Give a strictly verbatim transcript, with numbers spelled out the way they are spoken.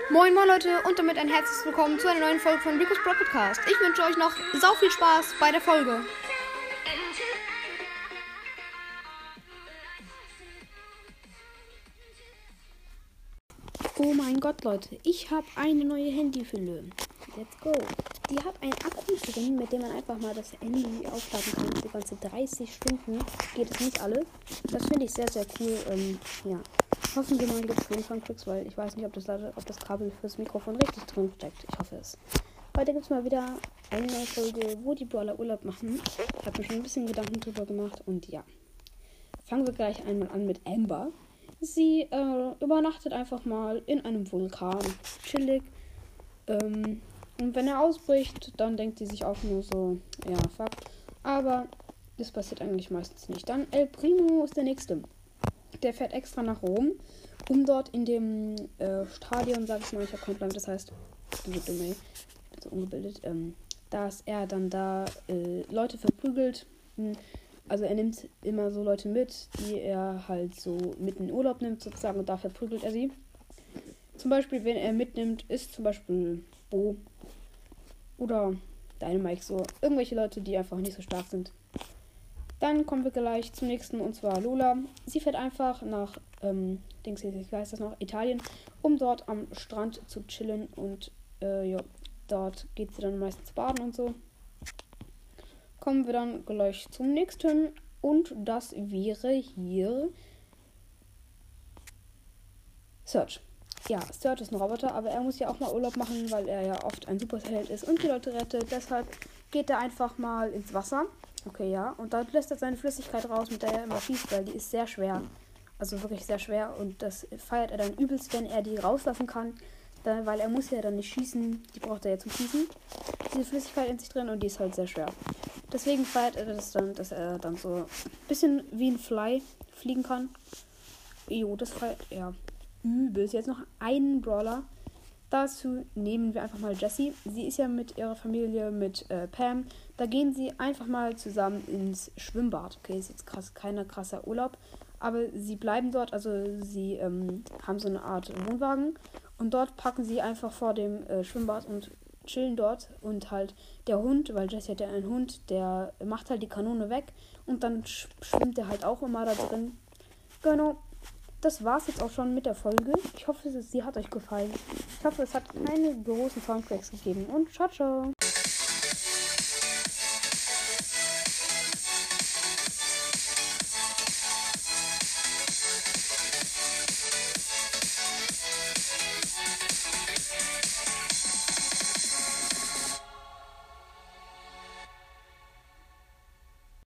Moin moin Leute und damit ein herzliches Willkommen zu einer neuen Folge von Rico's Pro Podcast. Ich wünsche euch noch sau viel Spaß bei der Folge. Oh mein Gott Leute, ich habe eine neue Handyfülle. Let's go. Die hat einen Akku drin, mit dem man einfach mal das Handy aufladen kann. Die ganze dreißig Stunden geht es nicht alle. Das finde ich sehr sehr cool. Ähm, ja. Hoffen wir mal, gibt es Funktricks, weil ich weiß nicht, ob das, ob das Kabel fürs Mikrofon richtig drin steckt. Ich hoffe es. Heute gibt es mal wieder eine neue Folge, wo die Brawler Urlaub machen. Ich habe mir schon ein bisschen Gedanken drüber gemacht und ja. Fangen wir gleich einmal an mit Amber. Sie äh, übernachtet einfach mal in einem Vulkan. Chillig. Ähm, und wenn er ausbricht, dann denkt sie sich auch nur so, ja, fuck. Aber das passiert eigentlich meistens nicht. Dann El Primo ist der nächste. Der fährt extra nach Rom, um dort in dem äh, Stadion, sag ich mal, ich habe keinen Plan, das heißt, du bist dumm, ey, ich bin so ungebildet, ähm, dass er dann da äh, Leute verprügelt. Also er nimmt immer so Leute mit, die er halt so mit in den Urlaub nimmt sozusagen und da verprügelt er sie. Zum Beispiel, wenn er mitnimmt, ist zum Beispiel Bo oder Dynamite, so irgendwelche Leute, die einfach nicht so stark sind. Dann kommen wir gleich zum nächsten, und zwar Lola. Sie fährt einfach nach, ähm, Dings, ich weiß das noch, Italien, um dort am Strand zu chillen und, äh, ja, dort geht sie dann meistens baden und so. Kommen wir dann gleich zum nächsten, und das wäre hier Search. Ja, Search ist ein Roboter, aber er muss ja auch mal Urlaub machen, weil er ja oft ein Superheld ist und die Leute rettet. Deshalb geht er einfach mal ins Wasser. Okay, ja. Und dann lässt er seine Flüssigkeit raus, mit der er immer schießt, weil die ist sehr schwer. Also wirklich sehr schwer. Und das feiert er dann übelst, wenn er die rauslassen kann. Da, weil er muss ja dann nicht schießen. Die braucht er ja zum Schießen. Diese Flüssigkeit in sich drin und die ist halt sehr schwer. Deswegen feiert er das dann, dass er dann so ein bisschen wie ein Fly fliegen kann. Jo, das feiert er übelst. Jetzt noch einen Brawler. Dazu nehmen wir einfach mal Jessie. Sie ist ja mit ihrer Familie, mit äh, Pam. Da gehen sie einfach mal zusammen ins Schwimmbad. Okay, ist jetzt krass, keiner krasser Urlaub. Aber sie bleiben dort, also sie ähm, haben so eine Art Wohnwagen. Und dort packen sie einfach vor dem äh, Schwimmbad und chillen dort. Und halt der Hund, weil Jessie hat ja einen Hund, der macht halt die Kanone weg. Und dann sch- schwimmt er halt auch immer da drin. Genau. Das war's jetzt auch schon mit der Folge. Ich hoffe, sie hat euch gefallen. Ich hoffe, es hat keine großen Soundtracks gegeben. Und ciao, ciao.